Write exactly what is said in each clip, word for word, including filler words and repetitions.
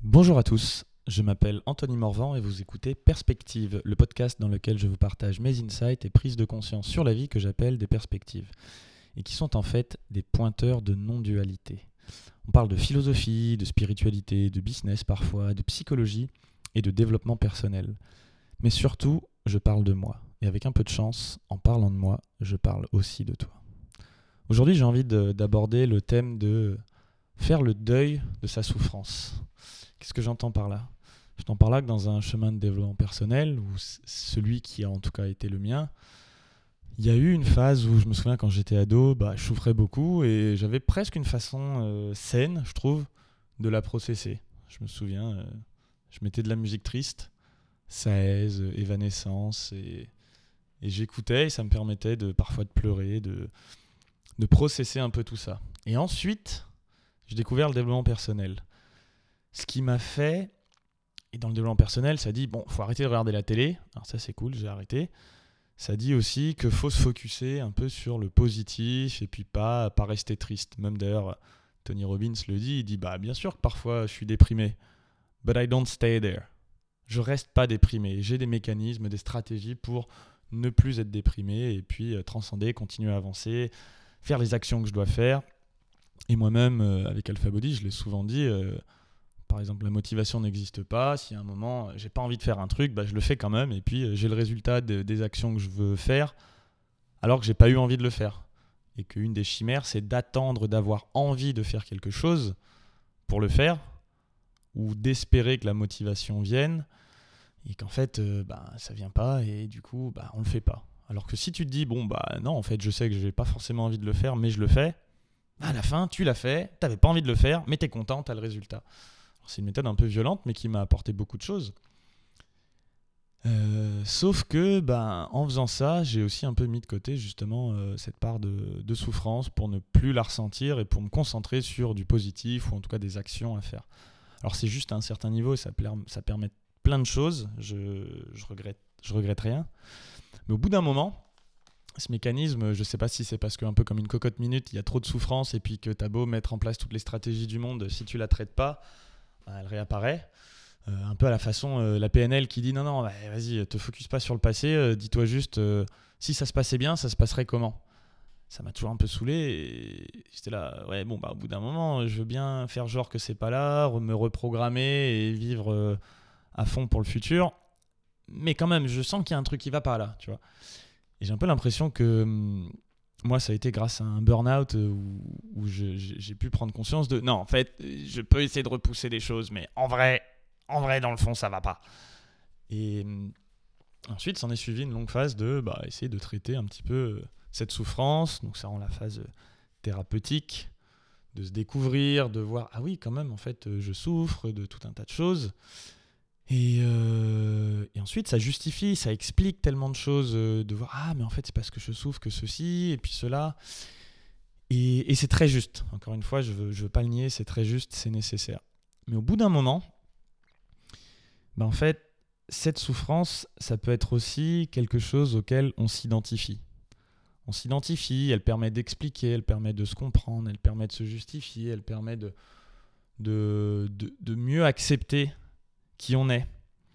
Bonjour à tous, je m'appelle Anthony Morvan et vous écoutez Perspective, le podcast dans lequel je vous partage mes insights et prises de conscience sur la vie que j'appelle des perspectives, et qui sont en fait des pointeurs de non-dualité. On parle de philosophie, de spiritualité, de business parfois, de psychologie et de développement personnel. Mais surtout, je parle de moi, et avec un peu de chance, en parlant de moi, je parle aussi de toi. Aujourd'hui, j'ai envie de, d'aborder le thème de faire le deuil de sa souffrance. Qu'est-ce que j'entends par là ? J'entends par là que dans un chemin de développement personnel, ou c- celui qui a en tout cas été le mien, il y a eu une phase où je me souviens quand j'étais ado, bah, je souffrais beaucoup et j'avais presque une façon euh, saine, je trouve, de la processer. Je me souviens, euh, je mettais de la musique triste, Saez, euh, Evanescence, et, et j'écoutais et ça me permettait de parfois de pleurer, de, de processer un peu tout ça. Et ensuite, j'ai découvert le développement personnel. Ce qui m'a fait, et dans le développement personnel, ça dit, bon, faut arrêter de regarder la télé. Alors ça, c'est cool, j'ai arrêté. Ça dit aussi qu'il faut se focuser un peu sur le positif et puis pas, pas rester triste. Même d'ailleurs, Tony Robbins le dit, il dit, bah bien sûr que parfois je suis déprimé, but I don't stay there. Je reste pas déprimé. J'ai des mécanismes, des stratégies pour ne plus être déprimé et puis euh, transcender, continuer à avancer, faire les actions que je dois faire. Et moi-même, euh, avec Alpha Body, je l'ai souvent dit, euh, par exemple, la motivation n'existe pas. Si à un moment, j'ai pas envie de faire un truc, bah, je le fais quand même. Et puis, euh, j'ai le résultat de- des actions que je veux faire, alors que j'ai pas eu envie de le faire. Et qu'une des chimères, c'est d'attendre d'avoir envie de faire quelque chose pour le faire, ou d'espérer que la motivation vienne, et qu'en fait, euh, bah, ça vient pas, et du coup, bah, on le fait pas. Alors que si tu te dis, bon, bah non, en fait, je sais que j'ai pas forcément envie de le faire, mais je le fais, à la fin, tu l'as fait, t'avais pas envie de le faire, mais t'es content, t'as le résultat. Alors, c'est une méthode un peu violente, mais qui m'a apporté beaucoup de choses. Euh, sauf que, ben, en faisant ça, j'ai aussi un peu mis de côté justement euh, cette part de, de souffrance pour ne plus la ressentir et pour me concentrer sur du positif ou en tout cas des actions à faire. Alors c'est juste à un certain niveau et ça, plaire, ça permet plein de choses, je, je, regrette, je regrette rien. Mais au bout d'un moment, ce mécanisme, je ne sais pas si c'est parce qu'un peu comme une cocotte minute, il y a trop de souffrance et puis que tu as beau mettre en place toutes les stratégies du monde, si tu ne la traites pas, elle réapparaît. Euh, un peu à la façon euh, la P N L qui dit non, non, bah, vas-y, te focus pas sur le passé, euh, dis-toi juste euh, si ça se passait bien, ça se passerait comment ? Ça m'a toujours un peu saoulé et j'étais là, ouais, bon, bah, au bout d'un moment, je veux bien faire genre que c'est pas là, me reprogrammer et vivre euh, à fond pour le futur, mais quand même, je sens qu'il y a un truc qui va pas là, tu vois. Et j'ai un peu l'impression que hum, moi, ça a été grâce à un burn-out euh, où, où je, j'ai, j'ai pu prendre conscience de non, en fait, je peux essayer de repousser des choses, mais en vrai, en vrai, dans le fond, ça va pas. Et hum, ensuite, s'en est suivi une longue phase de bah, essayer de traiter un petit peu euh, cette souffrance. Donc, ça rend la phase euh, thérapeutique, de se découvrir, de voir ah oui, quand même, en fait, euh, je souffre de tout un tas de choses. Et, euh, et ensuite, ça justifie, ça explique tellement de choses, euh, de voir ah, mais en fait, c'est parce que je souffre que ceci et puis cela. Et, et c'est très juste. Encore une fois, je veux, je veux pas le nier, c'est très juste, c'est nécessaire. Mais au bout d'un moment, ben en fait, cette souffrance, ça peut être aussi quelque chose auquel on s'identifie. On s'identifie, elle permet d'expliquer, elle permet de se comprendre, elle permet de se justifier, elle permet de, de, de, de mieux accepter qui on est.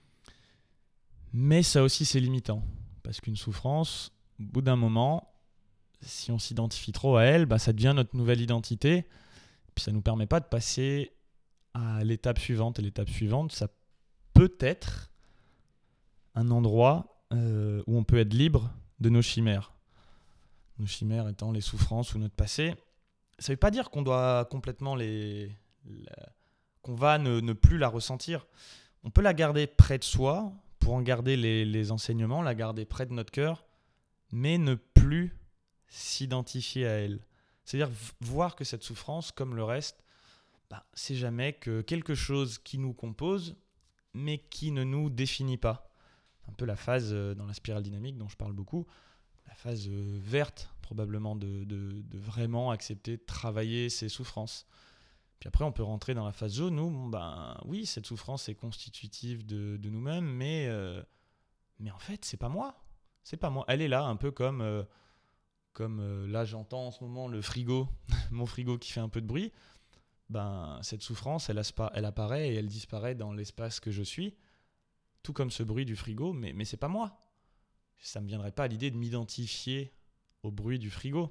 Mais ça aussi, c'est limitant. Parce qu'une souffrance, au bout d'un moment, si on s'identifie trop à elle, bah, ça devient notre nouvelle identité. Puis ça ne nous permet pas de passer à l'étape suivante. Et l'étape suivante, ça peut être un endroit euh, où on peut être libre de nos chimères. Nos chimères étant les souffrances ou notre passé. Ça ne veut pas dire qu'on doit complètement les... La, qu'on va ne, ne plus la ressentir. On peut la garder près de soi pour en garder les, les enseignements, la garder près de notre cœur, mais ne plus s'identifier à elle. C'est-à-dire v- voir que cette souffrance, comme le reste, bah, c'est jamais que quelque chose qui nous compose, mais qui ne nous définit pas. Un peu la phase euh, dans la spirale dynamique dont je parle beaucoup, la phase euh, verte probablement de, de, de vraiment accepter de travailler ses souffrances. Puis après, on peut rentrer dans la phase jaune où, bon, ben, oui, cette souffrance est constitutive de, de nous-mêmes, mais, euh, mais en fait, c'est pas moi. C'est pas moi. Elle est là, un peu comme, euh, comme euh, là, j'entends en ce moment le frigo, mon frigo qui fait un peu de bruit. ben, cette souffrance, elle, aspa- elle apparaît et elle disparaît dans l'espace que je suis, tout comme ce bruit du frigo, mais, mais c'est pas moi. Ça ne me viendrait pas à l'idée de m'identifier au bruit du frigo.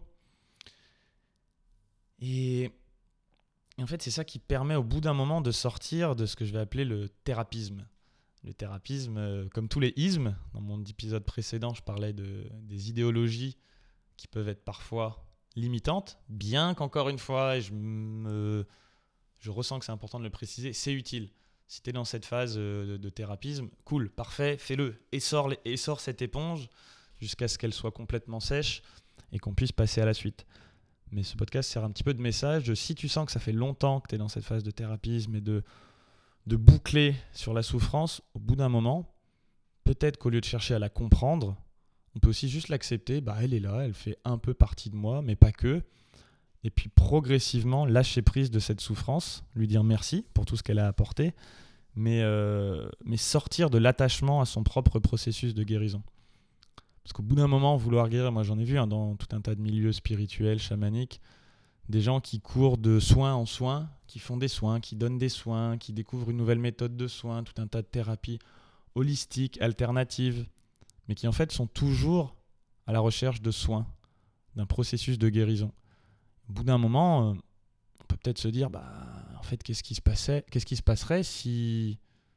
Et, et en fait, c'est ça qui permet au bout d'un moment de sortir de ce que je vais appeler le thérapisme. Le thérapisme, euh, comme tous les ismes, dans mon épisode précédent, je parlais de, des idéologies qui peuvent être parfois limitantes, bien qu'encore une fois, et je, me, je ressens que c'est important de le préciser, c'est utile. Si tu es dans cette phase de, de thérapisme, cool, parfait, fais-le. Essore, essore cette éponge jusqu'à ce qu'elle soit complètement sèche et qu'on puisse passer à la suite. Mais ce podcast sert un petit peu de message de si tu sens que ça fait longtemps que tu es dans cette phase de thérapisme et de, de boucler sur la souffrance, au bout d'un moment, peut-être qu'au lieu de chercher à la comprendre, on peut aussi juste l'accepter, bah elle est là, elle fait un peu partie de moi, mais pas que. Et puis progressivement lâcher prise de cette souffrance, lui dire merci pour tout ce qu'elle a apporté, mais, euh, mais sortir de l'attachement à son propre processus de guérison. Parce qu'au bout d'un moment, vouloir guérir, moi j'en ai vu hein, dans tout un tas de milieux spirituels, chamaniques, des gens qui courent de soins en soins, qui font des soins, qui donnent des soins, qui découvrent une nouvelle méthode de soins, tout un tas de thérapies holistiques, alternatives, mais qui en fait sont toujours à la recherche de soins, d'un processus de guérison. Au bout d'un moment, euh, on peut peut-être se dire, bah, en fait, qu'est-ce qui se passait, qu'est-ce qui se passerait si,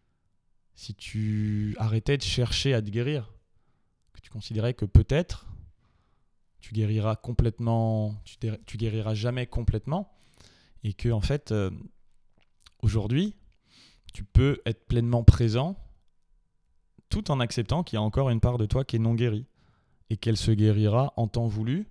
si tu arrêtais de chercher à te guérir, que tu considérais que peut-être tu guériras complètement, tu, dé- tu guériras jamais complètement, et que en fait, euh, aujourd'hui, tu peux être pleinement présent, tout en acceptant qu'il y a encore une part de toi qui est non guérie, et qu'elle se guérira en temps voulu,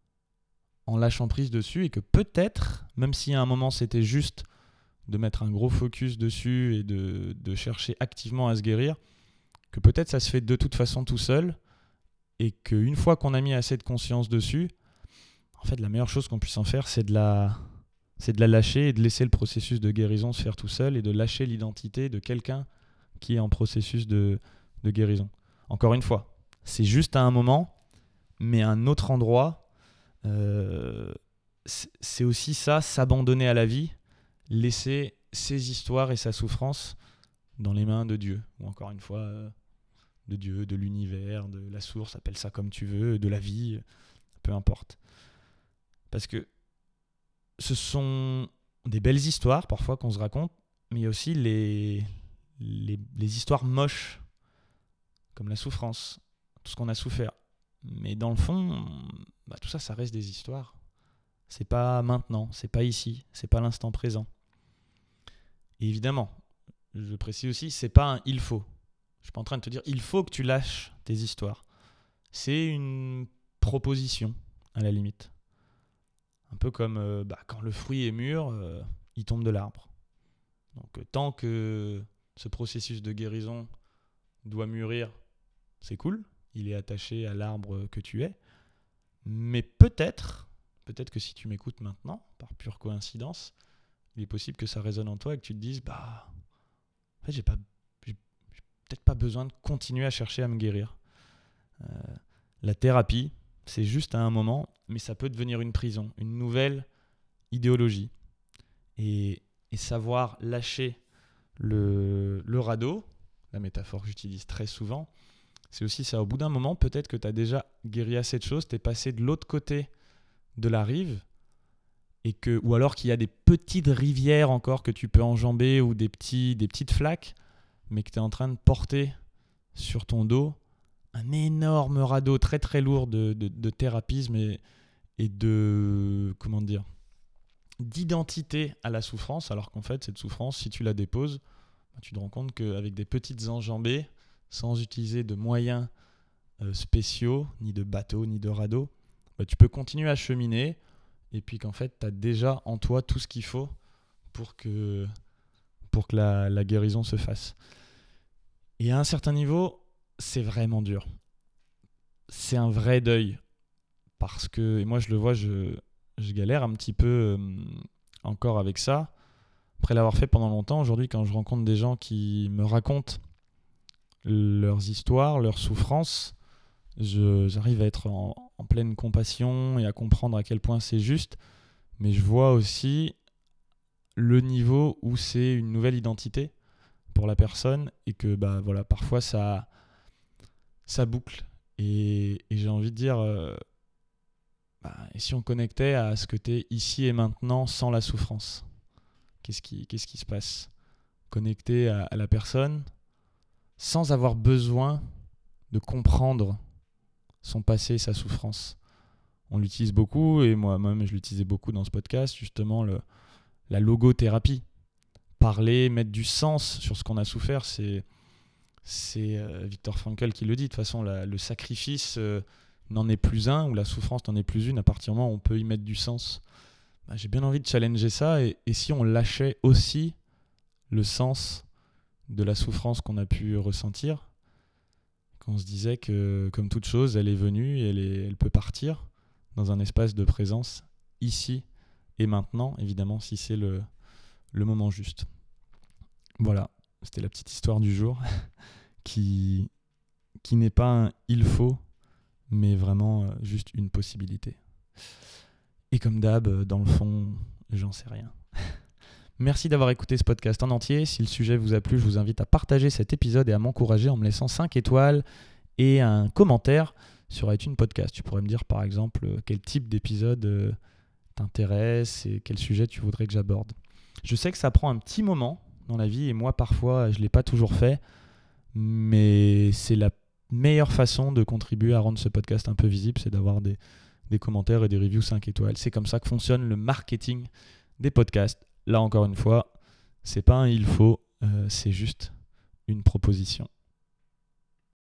en lâchant prise dessus, et que peut-être, même si à un moment c'était juste de mettre un gros focus dessus et de, de chercher activement à se guérir, que peut-être ça se fait de toute façon tout seul, et qu'une fois qu'on a mis assez de conscience dessus, en fait la meilleure chose qu'on puisse en faire, c'est de la, c'est de la lâcher et de laisser le processus de guérison se faire tout seul, et de lâcher l'identité de quelqu'un qui est en processus de, de guérison. Encore une fois, c'est juste à un moment, mais à un autre endroit, Euh, c'est aussi ça, s'abandonner à la vie, laisser ses histoires et sa souffrance dans les mains de Dieu, ou encore une fois, euh, de Dieu, de l'univers, de la source, appelle ça comme tu veux, de la vie, peu importe. Parce que ce sont des belles histoires parfois qu'on se raconte, mais il y a aussi les, les, les histoires moches, comme la souffrance, tout ce qu'on a souffert. Mais dans le fond, bah, tout ça, ça reste des histoires. C'est pas maintenant, c'est pas ici, c'est pas l'instant présent. Et évidemment, je précise aussi, c'est pas un il faut. Je suis pas en train de te dire il faut que tu lâches tes histoires. C'est une proposition, à la limite. Un peu comme euh, bah, quand le fruit est mûr, euh, il tombe de l'arbre. Donc euh, tant que ce processus de guérison doit mûrir, c'est cool. Il est attaché à l'arbre que tu es. Mais peut-être, peut-être que si tu m'écoutes maintenant, par pure coïncidence, il est possible que ça résonne en toi et que tu te dises, bah, en fait, j'ai pas, j'ai, j'ai peut-être pas besoin de continuer à chercher à me guérir. Euh, la thérapie, c'est juste à un moment, mais ça peut devenir une prison, une nouvelle idéologie. Et, et savoir lâcher le, le radeau, la métaphore que j'utilise très souvent, c'est aussi ça. Au bout d'un moment, peut-être que tu as déjà guéri assez de choses, tu es passé de l'autre côté de la rive, et que, ou alors qu'il y a des petites rivières encore que tu peux enjamber, ou des, petits, des petites flaques, mais que tu es en train de porter sur ton dos un énorme radeau très très lourd de, de, de thérapisme et, et de, comment dire, d'identité à la souffrance, alors qu'en fait, cette souffrance, si tu la déposes, tu te rends compte qu'avec des petites enjambées, sans utiliser de moyens euh, spéciaux, ni de bateaux, ni de radeaux, bah, tu peux continuer à cheminer, et puis qu'en fait, tu as déjà en toi tout ce qu'il faut pour que, pour que la, la guérison se fasse. Et à un certain niveau, c'est vraiment dur. C'est un vrai deuil. Parce que, et moi je le vois, je, je galère un petit peu euh, encore avec ça. Après l'avoir fait pendant longtemps, aujourd'hui, quand je rencontre des gens qui me racontent leurs histoires, leurs souffrances, je, j'arrive à être en, en pleine compassion et à comprendre à quel point c'est juste, mais je vois aussi le niveau où c'est une nouvelle identité pour la personne et que bah, voilà, parfois ça, ça boucle. Et, et j'ai envie de dire, euh, bah, et si on connectait à ce que tu es ici et maintenant sans la souffrance, qu'est-ce qui, qu'est-ce qui se passe ? Connecter à, à la personne sans avoir besoin de comprendre son passé et sa souffrance. On l'utilise beaucoup, et moi-même je l'utilisais beaucoup dans ce podcast, justement le, la logothérapie. Parler, mettre du sens sur ce qu'on a souffert, c'est, c'est euh, Viktor Frankl qui le dit. De toute façon, la, le sacrifice euh, n'en est plus un, ou la souffrance n'en est plus une, à partir du moment où on peut y mettre du sens. Bah, j'ai bien envie de challenger ça, et, et si on lâchait aussi le sens de la souffrance qu'on a pu ressentir, qu'on se disait que, comme toute chose, elle est venue et elle, est, elle peut partir dans un espace de présence, ici et maintenant, évidemment, si c'est le, le moment juste. Voilà, c'était la petite histoire du jour, qui, qui n'est pas un « il faut », mais vraiment euh, juste une possibilité. Et comme d'hab, dans le fond, j'en sais rien. Merci d'avoir écouté ce podcast en entier. Si le sujet vous a plu, je vous invite à partager cet épisode et à m'encourager en me laissant cinq étoiles et un commentaire sur iTunes Podcast. Tu pourrais me dire par exemple quel type d'épisode t'intéresse et quel sujet tu voudrais que j'aborde. Je sais que ça prend un petit moment dans la vie et moi parfois je ne l'ai pas toujours fait, mais c'est la meilleure façon de contribuer à rendre ce podcast un peu visible, c'est d'avoir des, des commentaires et des reviews cinq étoiles. C'est comme ça que fonctionne le marketing des podcasts. Là encore une fois, c'est pas un il faut, euh, c'est juste une proposition.